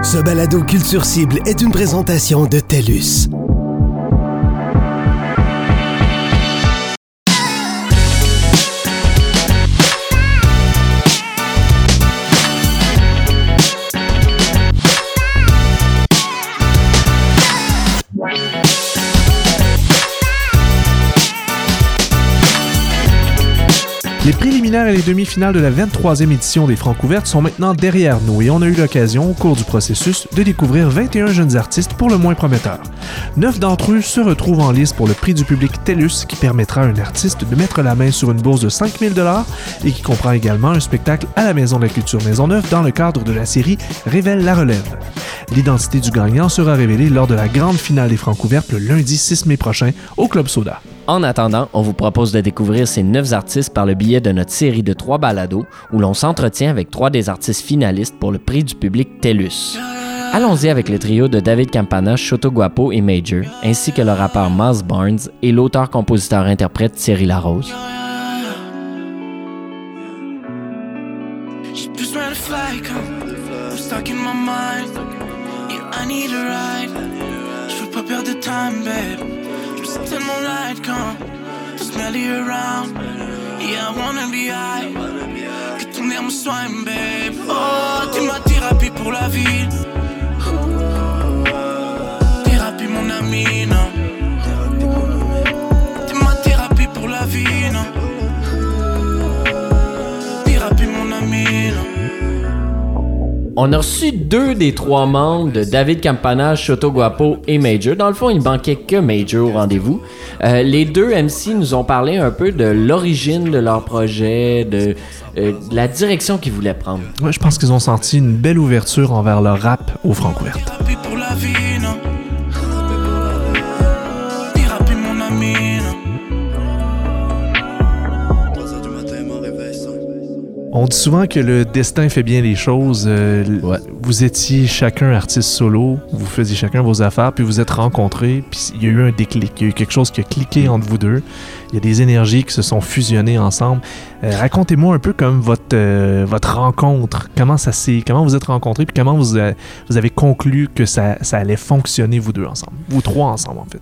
Ce balado Culture Cible est une présentation de TELUS. Les préliminaires et les demi-finales de la 23e édition des Francouvertes sont maintenant derrière nous et on a eu l'occasion, au cours du processus, de découvrir 21 jeunes artistes pour le moins prometteurs. 9 d'entre eux se retrouvent en lice pour le prix du public TELUS qui permettra à un artiste de mettre la main sur une bourse de 5 000 $ et qui comprend également un spectacle à la Maison de la Culture Maisonneuve dans le cadre de la série Révèle la relève. L'identité du gagnant sera révélée lors de la grande finale des Francouvertes le lundi 6 mai prochain au Club Soda. En attendant, on vous propose de découvrir ces 9 artistes par le biais de notre série de 3 balados où l'on s'entretient avec 3 des artistes finalistes pour le prix du public TELUS. Allons-y avec le trio de David Campana, Shoto Guapo et Major, ainsi que le rappeur Miles Barnes et l'auteur-compositeur-interprète Thierry Larose. Tellement light quand smelly around. Yeah, I wanna be high. Que ton air me soigne, babe. Oh, t'es ma thérapie pour la vie. Thérapie, mon ami, non. T'es ma thérapie pour la vie, non. Thérapie, mon ami, non. On a reçu 2 des 3 membres de David Campana, Shoto Guapo et Major. Dans le fond, il ne manquait que Major au rendez-vous. Les 2 MC nous ont parlé un peu de l'origine de leur projet, de la direction qu'ils voulaient prendre. Ouais, je pense qu'ils ont senti une belle ouverture envers le rap aux Francouvertes. On dit souvent que le destin fait bien les choses. Ouais. Vous étiez chacun artiste solo, vous faisiez chacun vos affaires, puis vous êtes rencontrés, puis il y a eu un déclic, il y a eu quelque chose qui a cliqué entre vous deux. Il y a des énergies qui se sont fusionnées ensemble. Racontez-moi un peu comme votre rencontre, comment vous êtes rencontrés, puis comment vous avez conclu que ça allait fonctionner vous deux ensemble, vous 3 ensemble en fait.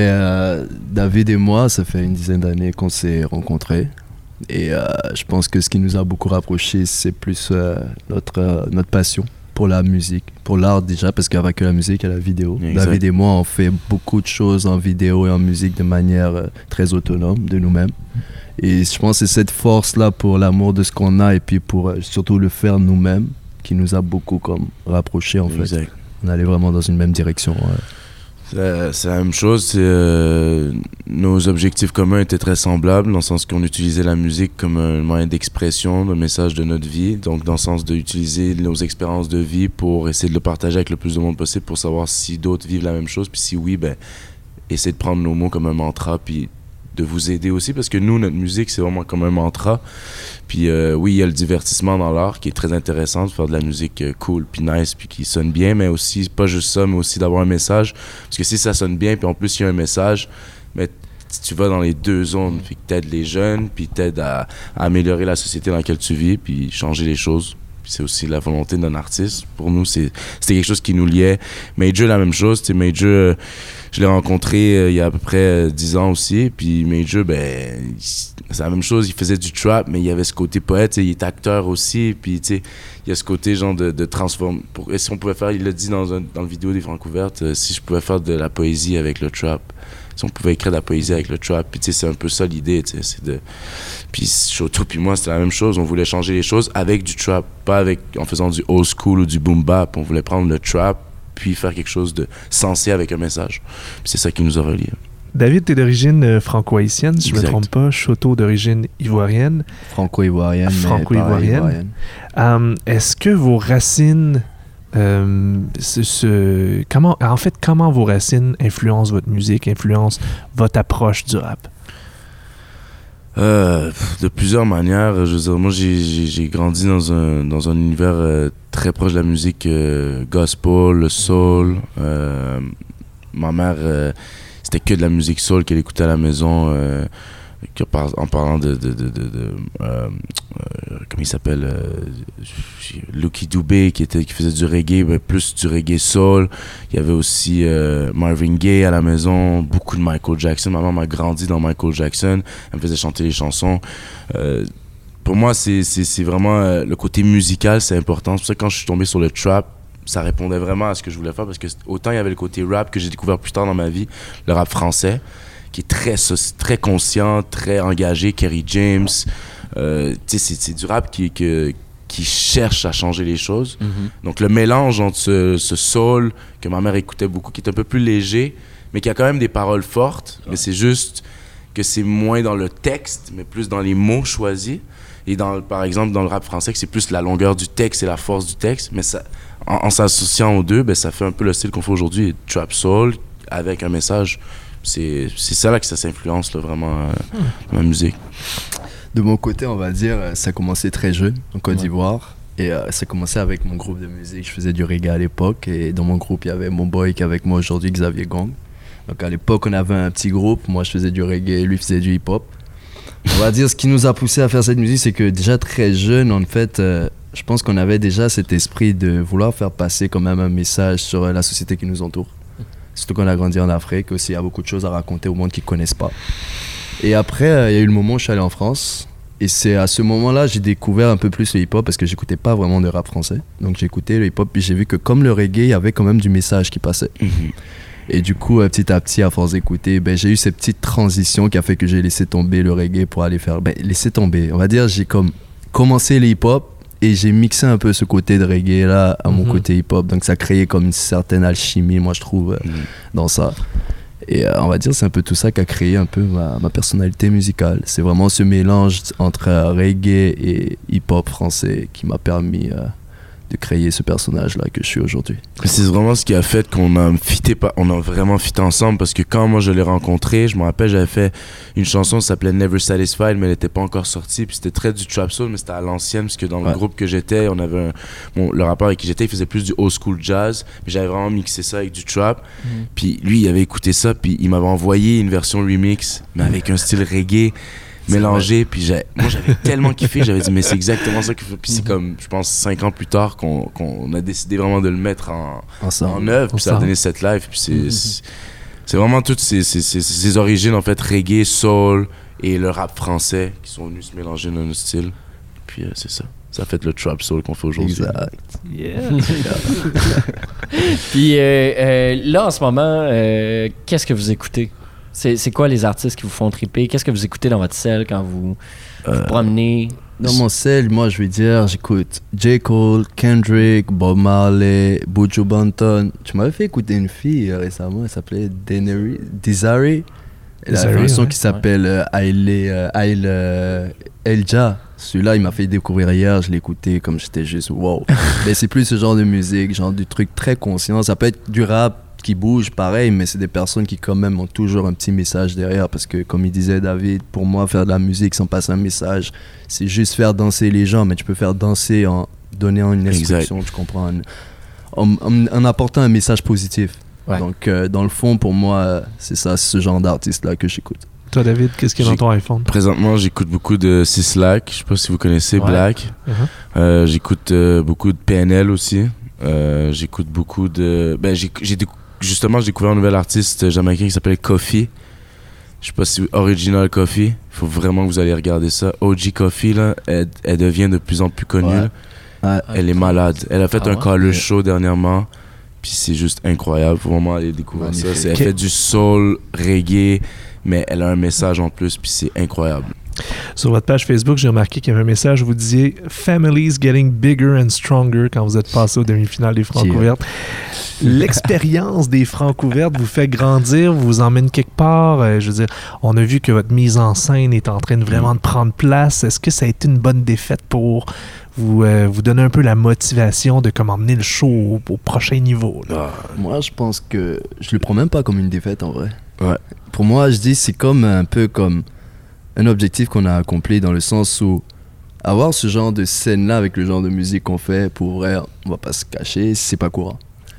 David et moi, ça fait une dizaine d'années qu'on s'est rencontrés. Et je pense que ce qui nous a beaucoup rapprochés, c'est plus notre passion pour la musique, pour l'art déjà, parce qu'avec la musique, il y a la vidéo. Exact. David et moi, on fait beaucoup de choses en vidéo et en musique de manière très autonome de nous-mêmes. Et je pense que c'est cette force-là pour l'amour de ce qu'on a et puis pour surtout le faire nous-mêmes qui nous a beaucoup comme rapprochés en fait. Exact. On allait vraiment dans une même direction. C'est la même chose. Nos objectifs communs étaient très semblables, dans le sens qu'on utilisait la musique comme un moyen d'expression, de message de notre vie. Donc, dans le sens d'utiliser nos expériences de vie pour essayer de le partager avec le plus de monde possible pour savoir si d'autres vivent la même chose. Puis si oui, essayer de prendre nos mots comme un mantra, puis de vous aider aussi, parce que nous, notre musique, c'est vraiment comme un mantra. Puis oui, il y a le divertissement dans l'art qui est très intéressant, de faire de la musique cool, puis nice, puis qui sonne bien, mais aussi, pas juste ça, mais aussi d'avoir un message. Parce que si ça sonne bien, puis en plus, il y a un message, mais si tu vas dans les 2 zones, puis que t'aides les jeunes, puis t'aides à améliorer la société dans laquelle tu vis, puis changer les choses. Puis c'est aussi la volonté d'un artiste. Pour nous, c'était quelque chose qui nous liait. Major, la même chose. Major, je l'ai rencontré il y a à peu près 10 ans aussi. Puis Major, c'est la même chose. Il faisait du trap, mais il y avait ce côté poète. Il est acteur aussi. Puis il y a ce côté genre de transformer. Si on pouvait faire, il l'a dit dans le vidéo des Francouvertes, si je pouvais faire de la poésie avec le trap. Si on pouvait écrire de la poésie avec le trap, puis c'est un peu ça l'idée, c'est de... Puis Shoto puis moi, c'était la même chose, on voulait changer les choses avec du trap, pas en faisant du old school ou du boom bap, on voulait prendre le trap, puis faire quelque chose de sensé avec un message. Puis c'est ça qui nous a reliés. David, t'es d'origine franco-haïtienne, si je ne me trompe pas, Shoto d'origine ivoirienne. Franco-ivoirienne, franco-ivoirienne. Est-ce que vos racines... comment vos racines influencent votre musique, influencent votre approche du rap? De plusieurs manières. Je veux dire, moi, j'ai grandi dans un univers très proche de la musique gospel, le soul. Ma mère, c'était que de la musique soul qu'elle écoutait à la maison. En parlant de comment il s'appelle, Lucky Dubé qui faisait du reggae, mais plus du reggae soul. Il y avait aussi Marvin Gaye à la maison, beaucoup de Michael Jackson. Ma maman m'a grandi dans Michael Jackson, elle me faisait chanter les chansons. Pour moi, c'est vraiment le côté musical, c'est important. C'est pour ça que quand je suis tombé sur le trap, ça répondait vraiment à ce que je voulais faire, parce que autant il y avait le côté rap que j'ai découvert plus tard dans ma vie, le rap français, qui est très conscient, très engagé. Kerry James, c'est du rap qui cherche à changer les choses. Donc le mélange entre ce soul que ma mère écoutait beaucoup, qui est un peu plus léger, mais qui a quand même des paroles fortes, mais c'est juste que c'est moins dans le texte, mais plus dans les mots choisis. Et par exemple, dans le rap français, c'est plus la longueur du texte et la force du texte, mais ça, en s'associant aux deux, ben, ça fait un peu le style qu'on fait aujourd'hui, trap soul, avec un message. C'est ça là que ça s'influence là, vraiment dans la musique. De mon côté, on va dire, ça a commencé très jeune en Côte d'Ivoire. Et ça a commencé avec mon groupe de musique. Je faisais du reggae à l'époque. Et dans mon groupe, il y avait mon boy qui est avec moi aujourd'hui, Xavier Gang. Donc à l'époque, on avait un petit groupe. Moi, je faisais du reggae, lui faisait du hip-hop. On va dire, ce qui nous a poussé à faire cette musique, c'est que déjà très jeune, en fait, je pense qu'on avait déjà cet esprit de vouloir faire passer quand même un message sur la société qui nous entoure. Surtout qu'on a grandi en Afrique aussi, il y a beaucoup de choses à raconter au monde qu'ils ne connaissent pas. Et après, il y a eu le moment où je suis allé en France. Et c'est à ce moment-là j'ai découvert un peu plus le hip-hop parce que j'écoutais pas vraiment de rap français. Donc j'ai écouté le hip-hop, puis j'ai vu que comme le reggae, il y avait quand même du message qui passait. Et du coup, petit à petit, à force d'écouter, j'ai eu cette petite transition qui a fait que j'ai laissé tomber le reggae pour aller faire... laisser tomber, on va dire, j'ai comme commencé le hip-hop et j'ai mixé un peu ce côté de reggae là à mon côté hip-hop. Donc ça créait comme une certaine alchimie, moi je trouve, dans ça. Et on va dire c'est un peu tout ça qui a créé un peu ma personnalité musicale. C'est vraiment ce mélange entre reggae et hip-hop français qui m'a permis de créer ce personnage-là que je suis aujourd'hui. C'est vraiment ce qui a fait qu'on a vraiment fité ensemble, parce que quand moi je l'ai rencontré, je me rappelle, j'avais fait une chanson qui s'appelait Never Satisfied, mais elle n'était pas encore sortie, puis c'était très du trap soul, mais c'était à l'ancienne, parce que dans le groupe que j'étais, on avait le rappeur avec qui j'étais, il faisait plus du old school jazz, mais j'avais vraiment mixé ça avec du trap, puis lui il avait écouté ça, puis il m'avait envoyé une version remix, mais avec un style reggae mélangé, puis moi j'avais tellement kiffé, j'avais dit mais c'est exactement ça qu'il faut. Puis c'est comme, je pense 5 ans plus tard qu'on a décidé vraiment de le mettre en œuvre, puis ça a donné cette live, puis c'est vraiment toutes ces origines en fait, reggae, soul et le rap français qui sont venus se mélanger dans nos styles, puis c'est ça a fait le trap soul qu'on fait aujourd'hui. Exact. Yeah. Puis là en ce moment, qu'est-ce que vous écoutez? C'est quoi les artistes qui vous font triper? Qu'est-ce que vous écoutez dans votre cell quand vous promenez? Dans mon cell, moi je vais dire, j'écoute J. Cole, Kendrick, Bob Marley, Buju Banton. Tu m'avais fait écouter une fille récemment, elle s'appelait Desiree. Elle a une chanson qui s'appelle Elja. Celui-là, il m'a fait découvrir hier, je l'ai écouté comme j'étais juste wow. Mais c'est plus ce genre de musique, genre du truc très conscient. Ça peut être du rap qui bougent, pareil, mais c'est des personnes qui quand même ont toujours un petit message derrière, parce que comme il disait David, pour moi faire de la musique sans passer un message, c'est juste faire danser les gens, mais tu peux faire danser en donnant une instruction, tu comprends, en apportant un message positif. Donc dans le fond, pour moi, c'est ça, c'est ce genre d'artiste là que j'écoute. Toi David, qu'est-ce qu'il y a dans ton iPhone? Présentement, j'écoute beaucoup de Sislak, je sais pas si vous connaissez Black. J'écoute beaucoup de PNL aussi. J'écoute beaucoup de... Justement, j'ai découvert un nouvel artiste jamaïcain qui s'appelle Kofi. Je sais pas si... Original Kofi. Il faut vraiment que vous allez regarder ça. OG Kofi, là, elle devient de plus en plus connue. Elle est malade. Elle a fait un call show dernièrement. Puis c'est juste incroyable. Faut vraiment aller découvrir ça. Elle fait du soul, reggae, mais elle a un message en plus. Puis c'est incroyable. Sur votre page Facebook, j'ai remarqué qu'il y avait un message où vous disiez « Families getting bigger and stronger » quand vous êtes passé aux demi-finales des Francouvertes. L'expérience des Francouvertes vous fait grandir, vous emmène quelque part. Je veux dire, on a vu que votre mise en scène est en train de vraiment de prendre place. Est-ce que ça a été une bonne défaite pour vous donner un peu la motivation de comment emmener le show au prochain niveau? Là? Moi, je pense que je le prends même pas comme une défaite en vrai. Pour moi, je dis c'est comme un peu comme un objectif qu'on a accompli, dans le sens où avoir ce genre de scène-là avec le genre de musique qu'on fait, pour vrai, on va pas se cacher, c'est pas courant.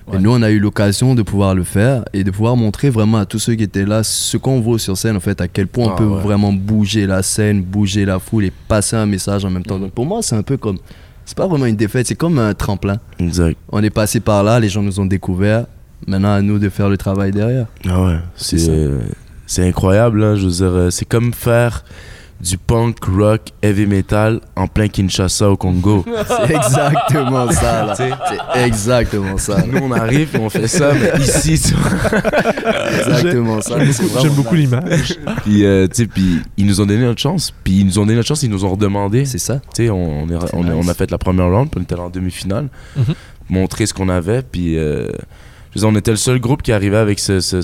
Et nous, on a eu l'occasion de pouvoir le faire et de pouvoir montrer vraiment à tous ceux qui étaient là ce qu'on voit sur scène, en fait, à quel point on peut vraiment bouger la scène, bouger la foule et passer un message en même temps. Donc pour moi, c'est un peu comme... C'est pas vraiment une défaite, c'est comme un tremplin. Exact. On est passé par là, les gens nous ont découvert. Maintenant, à nous de faire le travail derrière. Ah ouais, c'est incroyable, hein, je veux dire, c'est comme faire du punk, rock, heavy metal en plein Kinshasa au Congo. C'est exactement ça, là. C'est exactement ça. Nous, on arrive et on fait ça, mais ici, tu vois. Exactement ça. J'aime beaucoup l'image. Puis, tu sais, puis ils nous ont donné notre chance. Puis ils nous ont donné notre chance, ils nous ont redemandé. C'est ça. Tu sais, on a fait la première round, puis on était en demi-finale. Montrer ce qu'on avait, puis... je veux dire, on était le seul groupe qui arrivait avec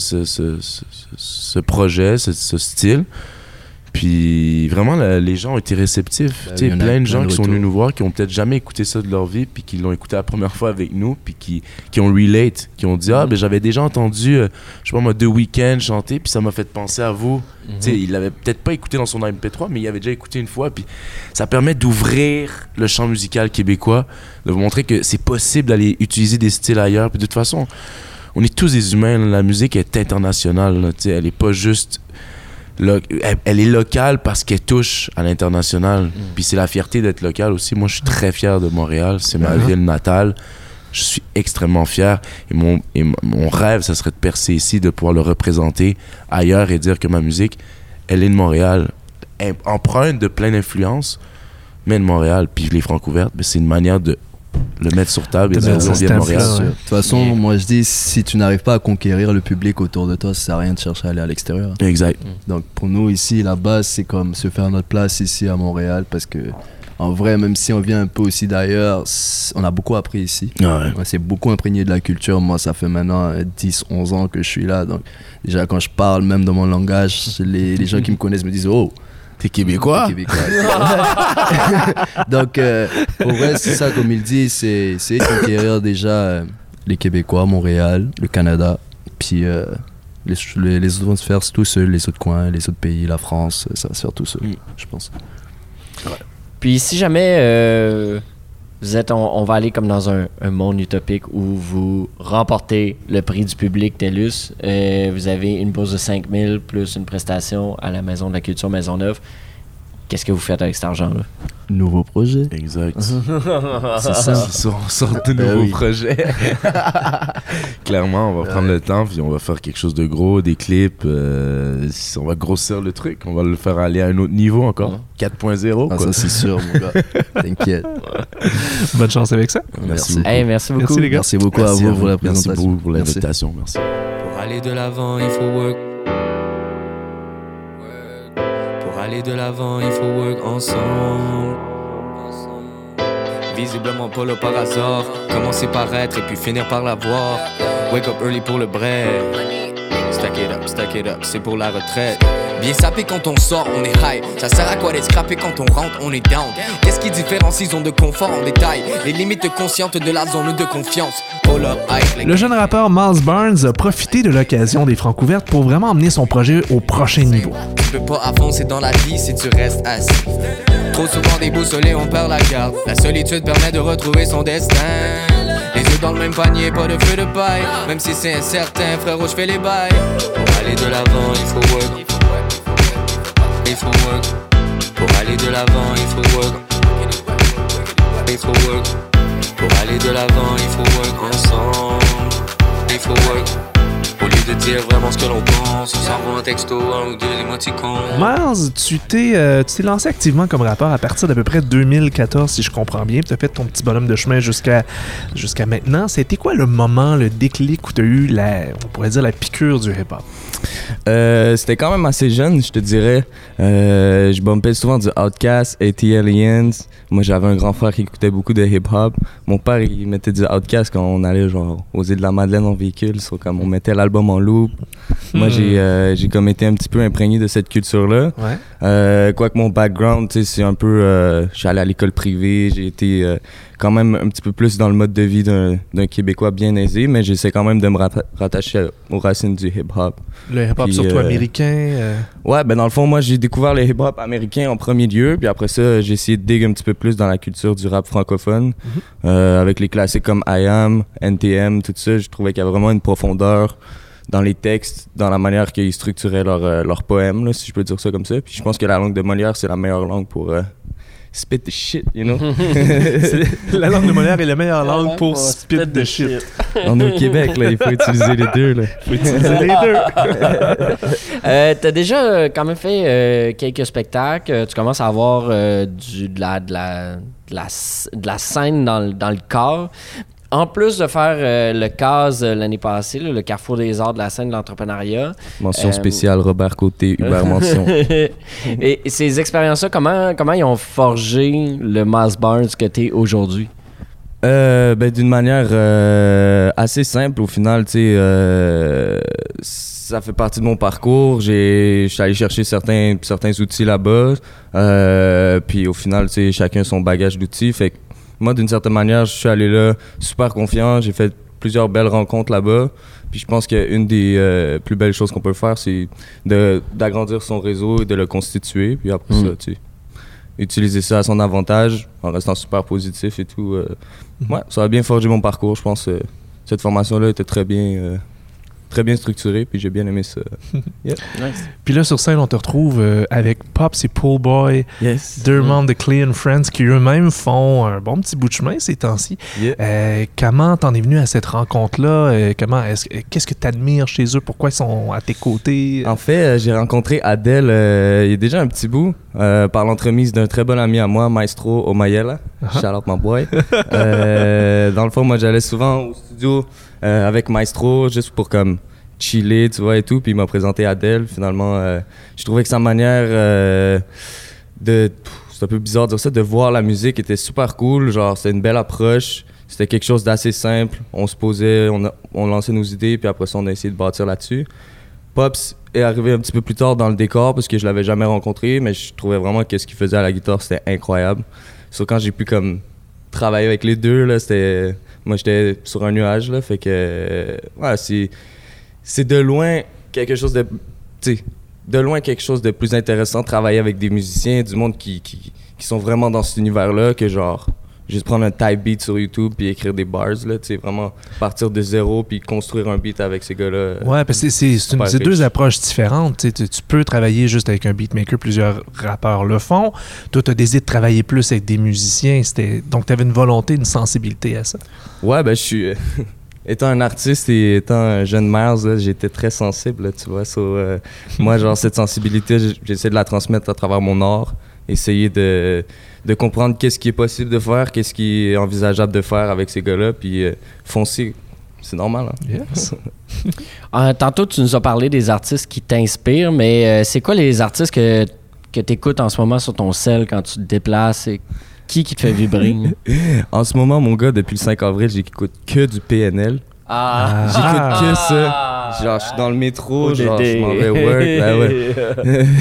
ce projet, ce style. Puis vraiment, les gens ont été réceptifs. Tu sais, plein de gens qui sont venus nous voir, qui ont peut-être jamais écouté ça de leur vie, puis qui l'ont écouté la première fois avec nous, puis qui ont relate, qui ont dit « Ah, ben j'avais déjà entendu, je sais pas moi, The Weeknd chanter, puis ça m'a fait penser à vous. Tu sais, il l'avait peut-être pas écouté dans son MP3, mais il avait déjà écouté une fois, puis ça permet d'ouvrir le champ musical québécois, de vous montrer que c'est possible d'aller utiliser des styles ailleurs. Puis de toute façon, on est tous des humains, la musique est internationale, là, tu sais, elle est pas juste... Elle est locale parce qu'elle touche à l'international. Puis c'est la fierté d'être locale aussi. Moi, je suis très fier de Montréal. C'est ma ville natale. Je suis extrêmement fier. Et mon rêve, ça serait de percer ici, de pouvoir le représenter ailleurs et dire que ma musique, elle est de Montréal. Empreinte de plein d'influences, mais de Montréal. Puis les Francouvertes, c'est une manière de le mettre sur table et dire on vient de Montréal. De toute façon, moi je dis, si tu n'arrives pas à conquérir le public autour de toi, ça sert à rien de chercher à aller à l'extérieur. Exact. Donc pour nous ici, la base, c'est comme se faire notre place ici à Montréal, parce que en vrai, même si on vient un peu aussi d'ailleurs, on a beaucoup appris ici. On s'est beaucoup imprégné de la culture. Moi, ça fait maintenant 10-11 ans que je suis là. Donc déjà, quand je parle, même dans mon langage, les gens qui me connaissent me disent « Oh, t'es québécois? » Donc, pour vrai, c'est ça, comme il dit, c'est conquérir déjà les Québécois, Montréal, le Canada, puis les autres vont se faire tout seuls, les autres coins, les autres pays, la France, ça va se faire tout seul, je pense. Ouais. Puis si jamais vous êtes, on va aller comme dans un monde utopique où vous remportez le prix du public TELUS, vous avez une bourse de 5 000 plus une prestation à la Maison de la Culture Maisonneuve. Qu'est-ce que vous faites avec cet argent-là? Nouveau projet. Exact. C'est ça. On sort de nouveaux projets. Clairement, on va prendre le temps, puis on va faire quelque chose de gros, des clips. On va grossir le truc. On va le faire aller à un autre niveau encore. 4.0. Ah, ça, c'est sûr, mon gars. T'inquiète. Bonne chance avec ça. Merci beaucoup. Hey, merci beaucoup. Merci, les gars. Merci beaucoup à vous pour la présentation. Merci beaucoup pour l'invitation. Merci. Pour aller de l'avant, il faut work. Pour aller de l'avant, il faut work ensemble. Visiblement pas là par hasard. Commencer par être et puis finir par l'avoir. Wake up early pour le bread. Stack it up, c'est pour la retraite. Bien sapé quand on sort, on est high. Ça sert à quoi d'être scrappé quand on rentre, on est down. Qu'est-ce qui différencie zone de confort en détail? Les limites conscientes de la zone de confiance. Le jeune rappeur Miles Barnes a profité de l'occasion des Francouvertes pour vraiment emmener son projet au prochain niveau. Tu peux pas avancer dans la vie si tu restes assis. Trop souvent déboussolé, on perd la garde. La solitude permet de retrouver son destin. Les yeux dans le même panier, pas de feu de paille. Même si c'est incertain, frérot, je fais les bails. Pour aller de l'avant, il faut work. Il faut work. Pour aller de l'avant, il faut work. Il faut work. Pour aller de l'avant, il faut work ensemble. Il faut work. Au lieu de dire vraiment ce que l'on pense, on s'envoie un texto, un ou deux émoticônes. Miles, tu t'es lancé activement comme rappeur à partir d'à peu près 2014, si je comprends bien. Tu as fait ton petit bonhomme de chemin jusqu'à maintenant. C'était quoi le moment, le déclic où tu as eu on pourrait dire la piqûre du hip-hop? C'était quand même assez jeune, je te dirais. Je bumpais souvent du Outkast, ATLiens. Moi, j'avais un grand frère qui écoutait beaucoup de hip-hop. Mon père, il mettait du Outkast quand on allait genre aux îles de la Madeleine en véhicule. Comme on mettait l'album en loop. Moi, j'ai comme été un petit peu imprégné de cette culture-là. Ouais. Quoique mon background, tu sais, c'est un peu... je suis allé à l'école privée, j'ai été quand même un petit peu plus dans le mode de vie d'un Québécois bien aisé, mais j'essaie quand même de me rattacher aux racines du hip-hop. Le hip-hop Puis, surtout américain. Ouais, ben dans le fond, moi, j'ai découvert le hip-hop américain en premier lieu, puis après ça, j'ai essayé de dig un petit peu plus dans la culture du rap francophone, avec les classiques comme I Am, NTM, tout ça. Je trouvais qu'il y avait vraiment une profondeur dans les textes, dans la manière qu'ils structuraient leurs poèmes, là, si je peux dire ça comme ça. Puis je pense que la langue de Molière, c'est la meilleure langue pour spit the shit, you know? La langue de Molière est la meilleure langue pour spit the shit. On est au Québec, là, il faut utiliser les deux. Là. Il faut utiliser les deux. T'as déjà quand même fait quelques spectacles. Tu commences à avoir de la scène dans le corps. En plus de faire le CAS l'année passée, là, le Carrefour des arts de la scène de l'entrepreneuriat. Mention spéciale, Robert Côté, Hubert Mention. Et ces expériences-là, comment ils ont forgé le Miles Barnes que t'es aujourd'hui? D'une manière assez simple, au final, tu sais, ça fait partie de mon parcours. Je suis allé chercher certains outils là-bas. Puis au final, tu sais, chacun son bagage d'outils. Fait que moi, d'une certaine manière, je suis allé là super confiant. J'ai fait plusieurs belles rencontres là-bas. Puis je pense qu'une des plus belles choses qu'on peut faire, c'est d'agrandir son réseau et de le constituer. Puis après ça, tu sais, utiliser ça à son avantage en restant super positif et tout. Ouais, ça a bien forgé mon parcours. Je pense que cette formation-là était très bien structurée, puis j'ai bien aimé ça. Yeah. Nice. Puis là, sur scène, on te retrouve avec Pops et Pool Boy, deux membres de Clean Friends qui eux-mêmes font un bon petit bout de chemin ces temps-ci. Yeah. Comment t'en es venu à cette rencontre-là? Qu'est-ce que t'admires chez eux? Pourquoi ils sont à tes côtés? En fait, j'ai rencontré Adèle il y a déjà un petit bout, par l'entremise d'un très bon ami à moi, Maestro Omayela. Shout out my boy. Dans le fond, moi, j'allais souvent au studio avec Maestro, juste pour comme chiller, tu vois, et tout. Puis il m'a présenté Adèle. Finalement, je trouvais que sa manière c'est un peu bizarre de dire ça, de voir la musique était super cool. Genre, c'était une belle approche. C'était quelque chose d'assez simple. On se posait, on lançait nos idées, puis après ça, on a essayé de bâtir là-dessus. Pops est arrivé un petit peu plus tard dans le décor, parce que je l'avais jamais rencontré, mais je trouvais vraiment que ce qu'il faisait à la guitare, c'était incroyable. Sauf quand j'ai pu comme travailler avec les deux, là, moi, j'étais sur un nuage, là, fait que... ouais, c'est de loin quelque chose de... Tu sais, de loin quelque chose de plus intéressant de travailler avec des musiciens, du monde qui sont vraiment dans cet univers-là, que genre... Juste prendre un type beat sur YouTube puis écrire des bars, là, tu sais, vraiment partir de zéro puis construire un beat avec ces gars-là. Ouais, parce que c'est deux approches différentes. Tu peux travailler juste avec un beatmaker, plusieurs rappeurs le font. Toi, tu as décidé de travailler plus avec des musiciens. Donc, tu avais une volonté, une sensibilité à ça. Ouais, ben, je suis. Étant un artiste et étant un jeune Miles, j'étais très sensible, là, tu vois. Moi, genre, cette sensibilité, j'essaie de la transmettre à travers mon art. Essayer de comprendre qu'est-ce qui est possible de faire, qu'est-ce qui est envisageable de faire avec ces gars-là, puis foncer. C'est normal. Hein? Yes. Tantôt, tu nous as parlé des artistes qui t'inspirent, mais c'est quoi les artistes que tu écoutes en ce moment sur ton cell quand tu te déplaces? Et qui te fait vibrer? En ce moment, mon gars, depuis le 5 avril, j'écoute que du PNL. J'écoute que ça. Genre, je suis dans le métro, genre, je m'en vais work. Ben ouais.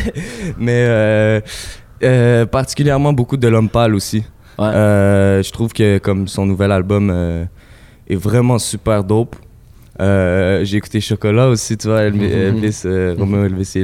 Mais particulièrement beaucoup de L'Homme Pâle aussi. Ouais. Je trouve que comme son nouvel album est vraiment super dope. J'ai écouté Chocolat aussi, tu vois, Elvis, Romeo Elvis est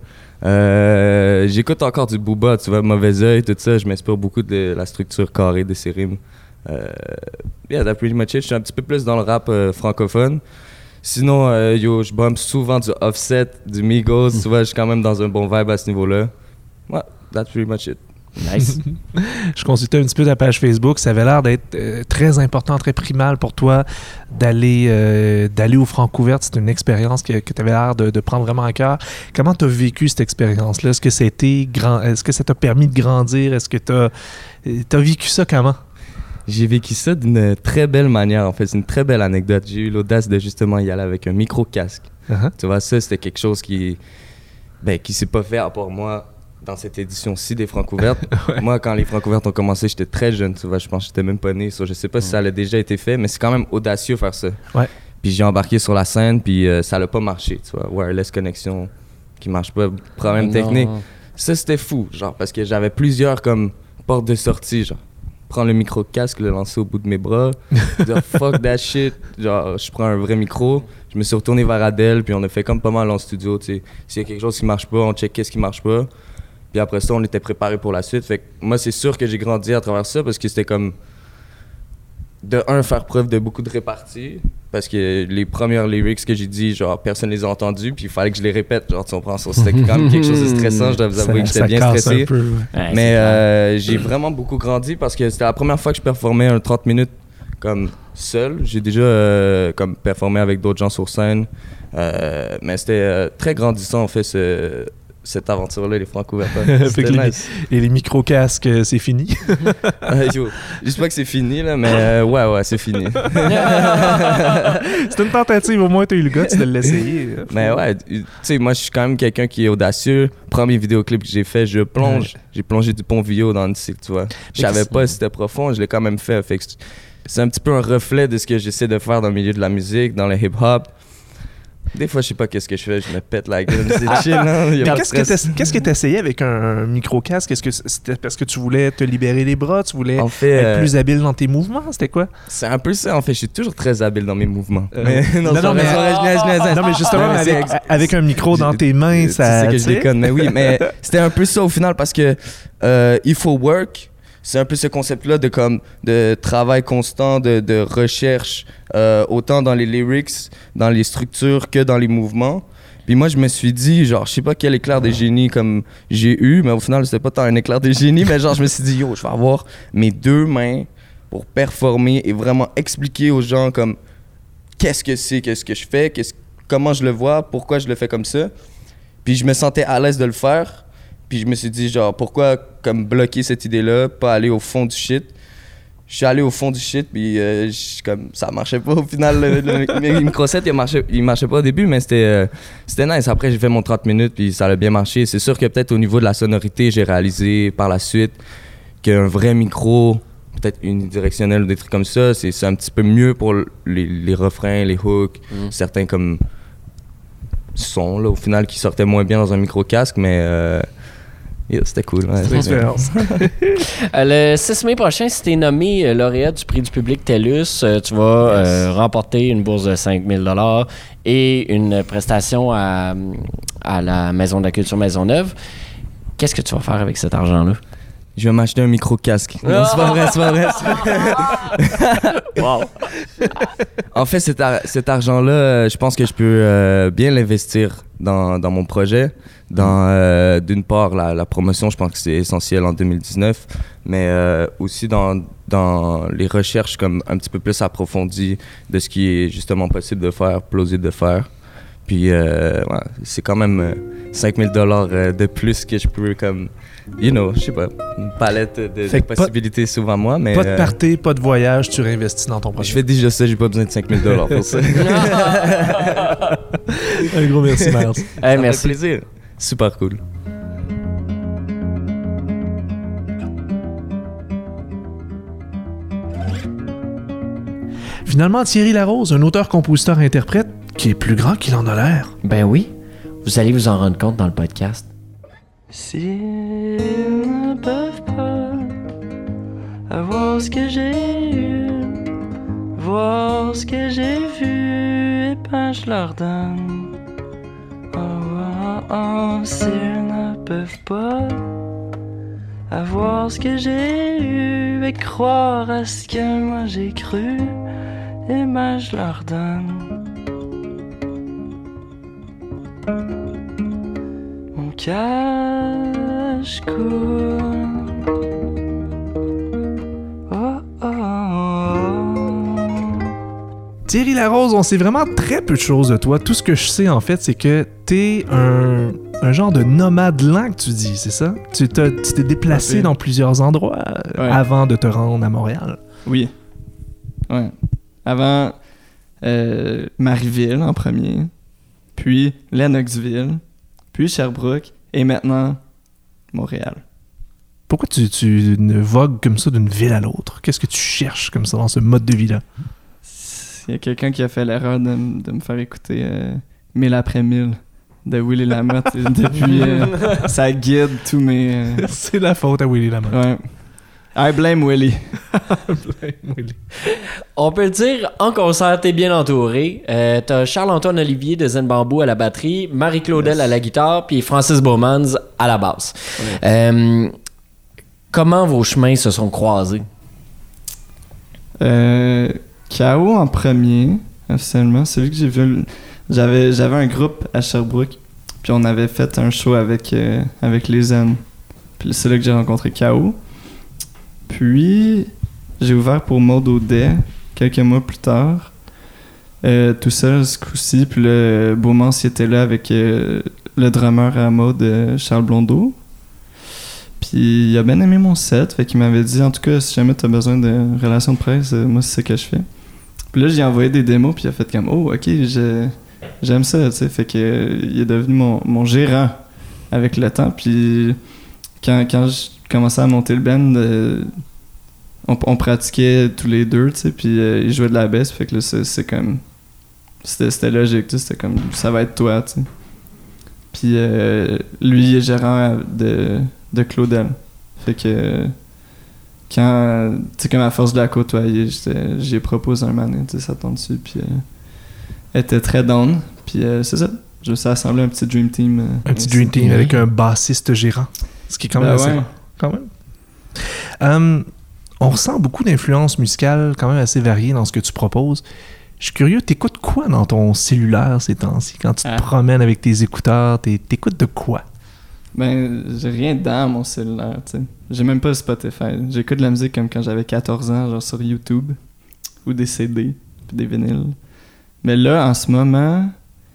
là. J'écoute encore du Booba, tu vois, Mauvais Oeil, tout ça. Je m'inspire beaucoup de la structure carrée de ses rimes. Yeah, that's pretty much it. Je suis un petit peu plus dans le rap francophone. Sinon, je bump souvent du Offset, du Migos. Tu vois, je suis quand même dans un bon vibe à ce niveau-là. Ouais, that's pretty much it. Nice. Je consultais un petit peu ta page Facebook. Ça avait l'air d'être très important, très primal pour toi d'aller aux Francouvertes. C'est une expérience que tu avais l'air de prendre vraiment à cœur. Comment tu as vécu cette expérience-là? Est-ce que ça t'a permis de grandir? Est-ce que tu as vécu ça comment? J'ai vécu ça d'une très belle manière, en fait. C'est une très belle anecdote. J'ai eu l'audace de justement y aller avec un micro-casque. Uh-huh. Tu vois, ça, c'était quelque chose qui s'est pas fait à part moi dans cette édition-ci des Francouvertes. Ouais. Moi, quand les Francouvertes ont commencé, j'étais très jeune, tu vois. Je pense que j'étais même pas né. Je sais pas si ça a déjà été fait, mais c'est quand même audacieux faire ça. Ouais. Puis j'ai embarqué sur la scène, puis ça l'a pas marché, tu vois. Wireless connexion qui marche pas, problème technique. Ça, c'était fou, genre, parce que j'avais plusieurs comme portes de sortie, genre. Prendre le micro-casque, le lancer au bout de mes bras, dire fuck that shit, genre, je prends un vrai micro. Je me suis retourné vers Adèle, puis on a fait comme pas mal en studio, tu sais. S'il y a quelque chose qui marche pas, on check qu'est-ce qui marche pas. Puis après ça, on était préparé pour la suite. Fait que moi, c'est sûr que j'ai grandi à travers ça, parce que c'était comme... De un, faire preuve de beaucoup de répartie, parce que les premières lyrics que j'ai dit, genre, personne les a entendus, puis il fallait que je les répète, genre, tu comprends ça. C'était quand même quelque chose de stressant, je dois vous avouer que j'étais bien stressé. Peu, mais j'ai vraiment beaucoup grandi, parce que c'était la première fois que je performais un 30 minutes comme seul. J'ai déjà comme performé avec d'autres gens sur scène, mais c'était très grandissant, en fait, cette aventure-là, les Franco-Verteurs. C'était nice. Et les micro-casques, c'est fini? Yo, juste pas que c'est fini, là, mais ouais, c'est fini. C'était une tentative, au moins t'as eu le gars, tu de l'essayer. Mais ouais, tu sais, moi je suis quand même quelqu'un qui est audacieux. Premier vidéoclip que j'ai fait, je plonge. J'ai plongé du Pont-Vieux dans le cycle, tu vois. Je savais pas si c'était profond, je l'ai quand même fait. Fait que c'est un petit peu un reflet de ce que j'essaie de faire dans le milieu de la musique, dans le hip-hop. Des fois, je sais pas qu'est-ce que je fais, je me pète la gueule, c'est chill, hein? Qu'est-ce que t'essayais avec un micro-casque? Est-ce que c'était parce que tu voulais te libérer les bras? Tu voulais être plus habile dans tes mouvements? C'était quoi? C'est un peu ça, en fait. Je suis toujours très habile dans mes mouvements. Mais justement, avec un micro dans tes mains, ça... C'est que je déconne, mais oui. Mais c'était un peu ça, au final, parce que il faut work. C'est un peu ce concept-là de travail constant, de recherche, autant dans les lyrics, dans les structures que dans les mouvements. Puis moi, je me suis dit, genre, je sais pas quel éclair de génie comme j'ai eu, mais au final, c'était pas tant un éclair de génie, mais genre, je me suis dit, yo, je vais avoir mes deux mains pour performer et vraiment expliquer aux gens comme qu'est-ce que c'est, qu'est-ce que je fais, comment je le vois, pourquoi je le fais comme ça. Puis je me sentais à l'aise de le faire. Puis je me suis dit, genre, pourquoi comme bloquer cette idée-là, pas aller au fond du shit. Je suis allé au fond du shit, puis comme, ça marchait pas au final. Le micro-set, il marchait pas au début, mais c'était nice. Après, j'ai fait mon 30 minutes, puis ça a bien marché. C'est sûr que peut-être au niveau de la sonorité, j'ai réalisé par la suite qu'un vrai micro, peut-être unidirectionnel ou des trucs comme ça, c'est un petit peu mieux pour les refrains, les hooks, certains comme sons, là, au final, qui sortaient moins bien dans un micro-casque, mais... c'était cool. Ouais, le 6 mai prochain, si tu es nommé lauréat du prix du public TELUS, tu vas remporter une bourse de 5 000 $ et une prestation à la Maison de la Culture Maisonneuve. Qu'est-ce que tu vas faire avec cet argent-là? Je vais m'acheter un micro-casque. Non, c'est pas vrai. Wow. En fait, cet argent-là, je pense que je peux bien l'investir dans mon projet. D'une part, la promotion, je pense que c'est essentiel en 2019, mais aussi dans les recherches comme un petit peu plus approfondies de ce qui est justement possible de faire, plausible de faire. Puis, c'est quand même 5 000 $ de plus que je peux comme... je sais pas, une palette de possibilités souvent moi, mais... Pas de party, pas de voyage, tu réinvestis dans ton projet. Je fais déjà ça, j'ai pas besoin de 5 000 $ pour ça. Un gros merci, Miles. Ça me fait plaisir. Super cool. Finalement, Thierry Larose, un auteur-compositeur-interprète qui est plus grand qu'il en a l'air. Ben oui, vous allez vous en rendre compte dans le podcast. S'ils ne peuvent pas avoir ce que j'ai eu, voir ce que j'ai vu, et ben je leur donne. Oh, oh, oh, s'ils ne peuvent pas avoir ce que j'ai eu et croire à ce que moi j'ai cru, et ben je leur donne. Mon cash coule. Oh, oh, oh. Thierry Larose, on sait vraiment très peu de choses de toi. Tout ce que je sais, en fait, c'est que t'es un genre de nomade lent que tu dis, c'est ça? Tu t'es déplacé dans plusieurs endroits avant de te rendre à Montréal. Oui. Ouais. Avant Marieville en premier, puis Lennoxville, puis Sherbrooke, et maintenant Montréal. Pourquoi tu ne vogues comme ça d'une ville à l'autre? Qu'est-ce que tu cherches comme ça dans ce mode de vie-là? Il y a quelqu'un qui a fait l'erreur de me faire écouter 1000 après 1000 de Willy Lamotte. Depuis, ça guide tous mes... C'est la faute à Willy Lamotte. Ouais. I blame Willy. On peut le dire, en concert, t'es bien entouré. T'as Charles-Antoine Olivier de Zen Bamboo à la batterie, Marie-Claudel à la guitare, puis Francis Bowmans à la basse. Ouais. Comment vos chemins se sont croisés? K.O. en premier, officiellement. C'est lui que j'ai vu. J'avais un groupe à Sherbrooke, puis on avait fait un show avec les Zen. Puis c'est là que j'ai rencontré K.O. Puis, j'ai ouvert pour Maud Audet quelques mois plus tard. Tout seul ce coup-ci. Puis le Beaumont était là avec le drummer à Maud, Charles Blondeau. Puis il a bien aimé mon set. Fait qu'il m'avait dit, en tout cas, si jamais t'as besoin de relations de presse, moi c'est ce que je fais. Puis là, j'ai envoyé des démos. Puis il a fait comme, oh, ok, j'aime ça, tu sais. Fait qu'il est devenu mon gérant avec le temps. Puis quand je commençais à monter le band, on pratiquait tous les deux, tu sais, puis il jouait de la basse, fait que là, c'est comme... C'était logique, tu sais, c'était comme, ça va être toi, tu sais. Puis lui, il est gérant de Claudel. Fait que quand, tu sais, comme à force de la côtoyer, j'ai proposé un man, tu sais, ça tombe dessus, puis elle était très down, puis c'est ça. Je me suis assemblé un petit Dream Team. Un petit Dream Team avec un bassiste gérant. Ce qui est quand même assez rare. Quand même. On ressent beaucoup d'influences musicales quand même assez variées dans ce que tu proposes. Je suis curieux, t'écoutes quoi dans ton cellulaire ces temps-ci? Quand tu te promènes avec tes écouteurs, t'écoutes de quoi? Ben, j'ai rien dans mon cellulaire, tu sais. J'ai même pas Spotify. J'écoute de la musique comme quand j'avais 14 ans, genre sur YouTube, ou des CD, puis des vinyles. Mais là, en ce moment...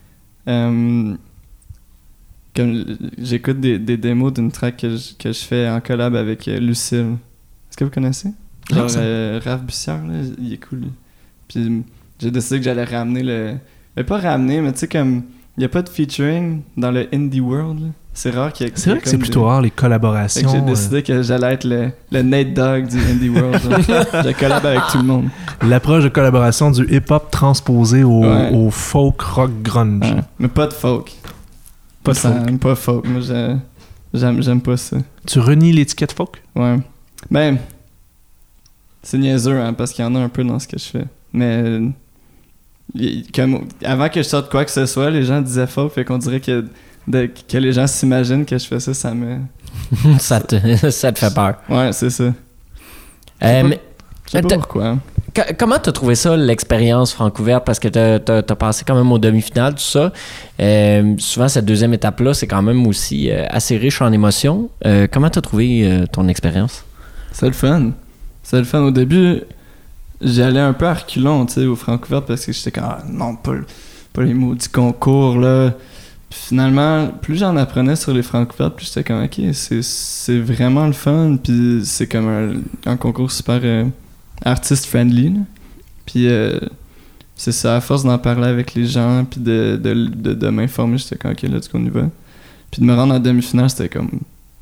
comme j'écoute des démos d'une track que je fais en collab avec Lucille. Est-ce que vous connaissez? Genre Raph Bussière, là, il est cool. Lui. Puis j'ai décidé que j'allais ramener le... Mais pas ramener, mais tu sais comme... Il n'y a pas de featuring dans le indie world. Là. C'est rare qu'il y ait... C'est vrai que c'est plutôt rare les collaborations. J'ai décidé que j'allais être le Nate Dogg du indie world. Je collab avec tout le monde. L'approche de collaboration du hip-hop transposé au folk rock grunge. Ouais. Mais pas de folk. Pas folk. Moi, j'aime pas ça. Tu renies l'étiquette folk? Ouais. Ben, c'est niaiseux, hein, parce qu'il y en a un peu dans ce que je fais. Mais, comme, avant que je sorte quoi que ce soit, les gens disaient folk, fait qu'on dirait que les gens s'imaginent que je fais ça, ça me... ça te fait peur. Ouais, c'est ça. Je sais pas pourquoi. Comment t'as trouvé ça, l'expérience francouverte? Parce que t'as passé quand même aux demi-finales, tout ça. Souvent, cette deuxième étape-là, c'est quand même aussi assez riche en émotions. Comment t'as trouvé ton expérience? C'est le fun. Au début, j'y allais un peu à reculons, tu sais, au francouverte, parce que j'étais comme, non, pas les maudits concours, là. Puis finalement, plus j'en apprenais sur les francouvertes, plus j'étais comme, ok, c'est vraiment le fun, puis c'est comme un concours super... artist-friendly. Puis c'est ça, à force d'en parler avec les gens, puis de m'informer, j'étais comme, ok, là, on y va. Puis de me rendre en demi-finale, c'était comme...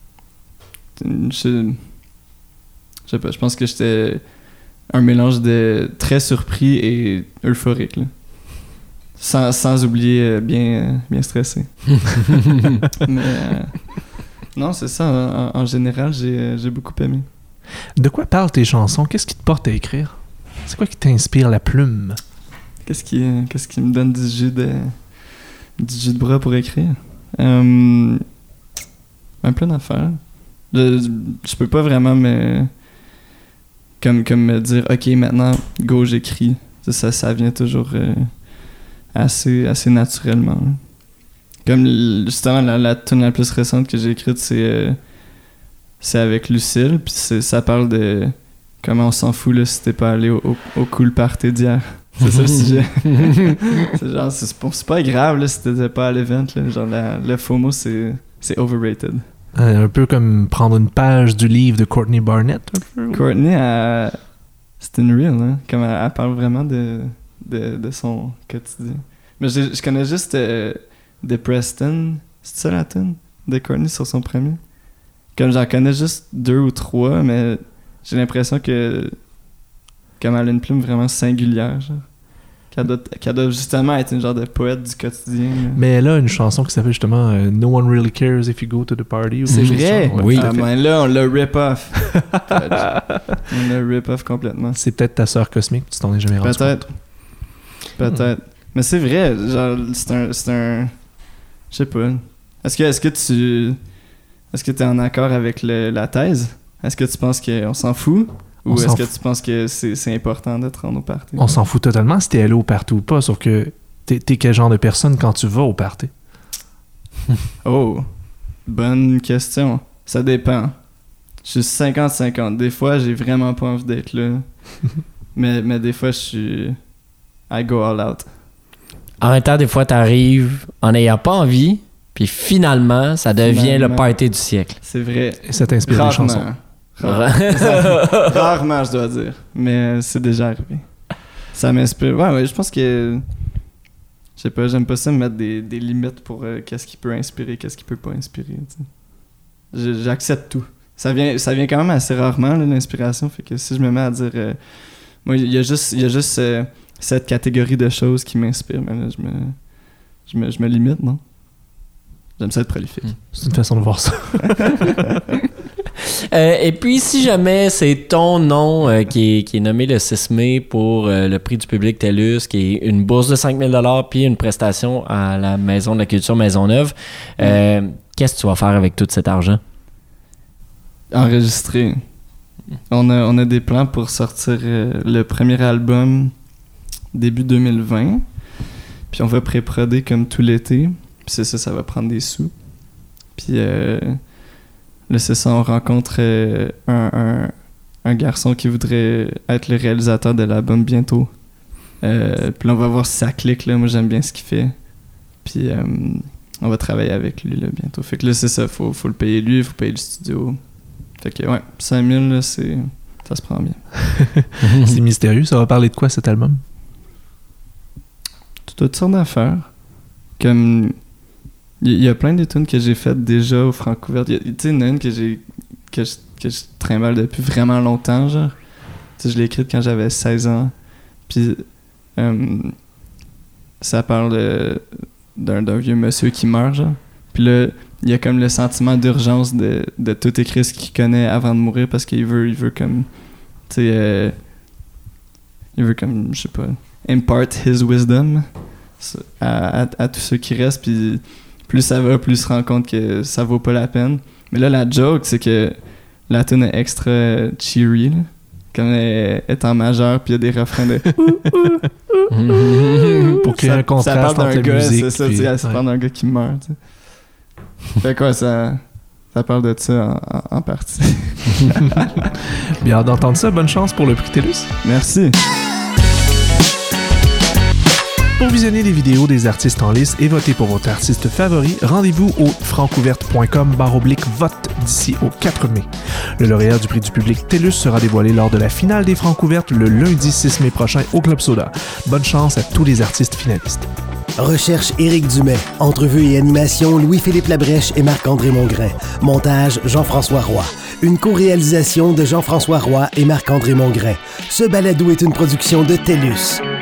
Je sais pas, je pense que j'étais un mélange de très surpris et euphorique, là. Sans oublier bien stressé. Mais non, c'est ça, en général, j'ai beaucoup aimé. De quoi parlent tes chansons? Qu'est-ce qui te porte à écrire? C'est quoi qui t'inspire la plume? Qu'est-ce qui me donne du jus de bras pour écrire? Plein d'affaires. Je peux pas vraiment me dire, ok, maintenant, go, j'écris. Ça vient toujours assez naturellement. Comme justement, la tune la plus récente que j'ai écrite, c'est avec Lucille, puis ça parle de comment on s'en fout là, si t'es pas allé au cool party d'hier. C'est ça le sujet. C'est genre, c'est pas grave là, si t'étais pas à l'event. Là. Genre, le FOMO, c'est overrated. Un peu comme prendre une page du livre de Courtney Barnett. Courtney, c'est une real, hein? Comme elle parle vraiment de son quotidien. Mais je connais juste The Preston. C'est ça la tune de Courtney sur son premier? Comme j'en connais juste 2 ou 3, mais j'ai l'impression que comme elle a une plume vraiment singulière, genre. Qu'elle doit justement être une genre de poète du quotidien. Là. Mais elle a une chanson qui s'appelle justement No One Really Cares If You Go to the Party. C'est vrai? Ouais, Oui. Ah, ben là, on l'a rip-off. On l'a rip-off complètement. C'est peut-être ta sœur cosmique, tu t'en es jamais rendu compte. Peut-être. Mais c'est vrai, genre, c'est un... Je sais pas. Est-ce que t'es en accord avec la thèse? Est-ce que tu penses qu'on s'en fout? Ou est-ce que tu penses que c'est important de te rendre au party? On s'en fout totalement si t'es allé au party ou pas, sauf que t'es quel genre de personne quand tu vas au party? Oh, bonne question. Ça dépend. Je suis 50-50. Des fois, j'ai vraiment pas envie d'être là. mais des fois, je suis... I go all out. En même temps, des fois, t'arrives en n'ayant pas envie, puis finalement, ça devient le party du siècle. C'est vrai. Et ça t'inspire des chansons. Rarement, je dois dire. Mais c'est déjà arrivé. Ça m'inspire. Ouais, je pense que... Je sais pas, j'aime pas ça me mettre des limites pour qu'est-ce qui peut inspirer, qu'est-ce qui peut pas inspirer. J'accepte tout. Ça vient quand même assez rarement, là, l'inspiration. Fait que si je me mets à dire... moi, il y a juste cette catégorie de choses qui m'inspirent. Mais là, je me limite, non? J'aime ça être prolifique. C'est une façon de voir ça. Et puis, si jamais c'est ton nom qui est nommé le 6 mai pour le prix du public TELUS, qui est une bourse de 5 000 $ puis une prestation à la Maison de la Culture Maisonneuve, qu'est-ce que tu vas faire avec tout cet argent? Enregistrer. On a des plans pour sortir le premier album début 2020. Puis on va pré-proder comme tout l'été. Puis c'est ça va prendre des sous. Puis là, c'est ça, on rencontre un garçon qui voudrait être le réalisateur de l'album bientôt. Puis là, on va voir si ça clique, là. Moi, j'aime bien ce qu'il fait. Puis on va travailler avec lui, là, bientôt. Fait que là, c'est ça, faut le payer lui, faut payer le studio. Fait que, ouais, 5 000, là, ça se prend bien. C'est mystérieux, ça va parler de quoi, cet album? Toutes sortes d'affaires. Comme... Il y a plein de tunes que j'ai faites déjà au Francouverte. Tu sais, il y en a une que je trimballe depuis vraiment longtemps, genre. Tu sais, je l'ai écrite quand j'avais 16 ans. Puis, ça parle d'un vieux monsieur qui meurt, genre. Puis là, il y a comme le sentiment d'urgence de tout écrire ce qu'il connaît avant de mourir parce qu'il veut comme... Tu sais, il veut comme, je sais pas, impart his wisdom à tous ceux qui restent, puis plus ça va, plus il se rend compte que ça vaut pas la peine. Mais là, la joke, c'est que la tune est extra cheery, là. Comme elle est en majeur, puis il y a des refrains de pour créer un contraste entre la gars, musique. C'est ça, tu sais, ça parle d'un gars qui meurt, tu sais. Fait quoi, ça parle de ça en partie. Bien d'entendre ça, bonne chance pour le prix TELUS. Merci. Pour visionner les vidéos des artistes en lice et voter pour votre artiste favori, rendez-vous au francouverte.com/vote d'ici au 4 mai. Le lauréat du prix du public TELUS sera dévoilé lors de la finale des Francouvertes le lundi 6 mai prochain au Club Soda. Bonne chance à tous les artistes finalistes. Recherche Éric Dumais. Entrevue et animation Louis-Philippe Labrèche et Marc-André Mongrain. Montage Jean-François Roy. Une co-réalisation de Jean-François Roy et Marc-André Mongrain. Ce balado est une production de TELUS.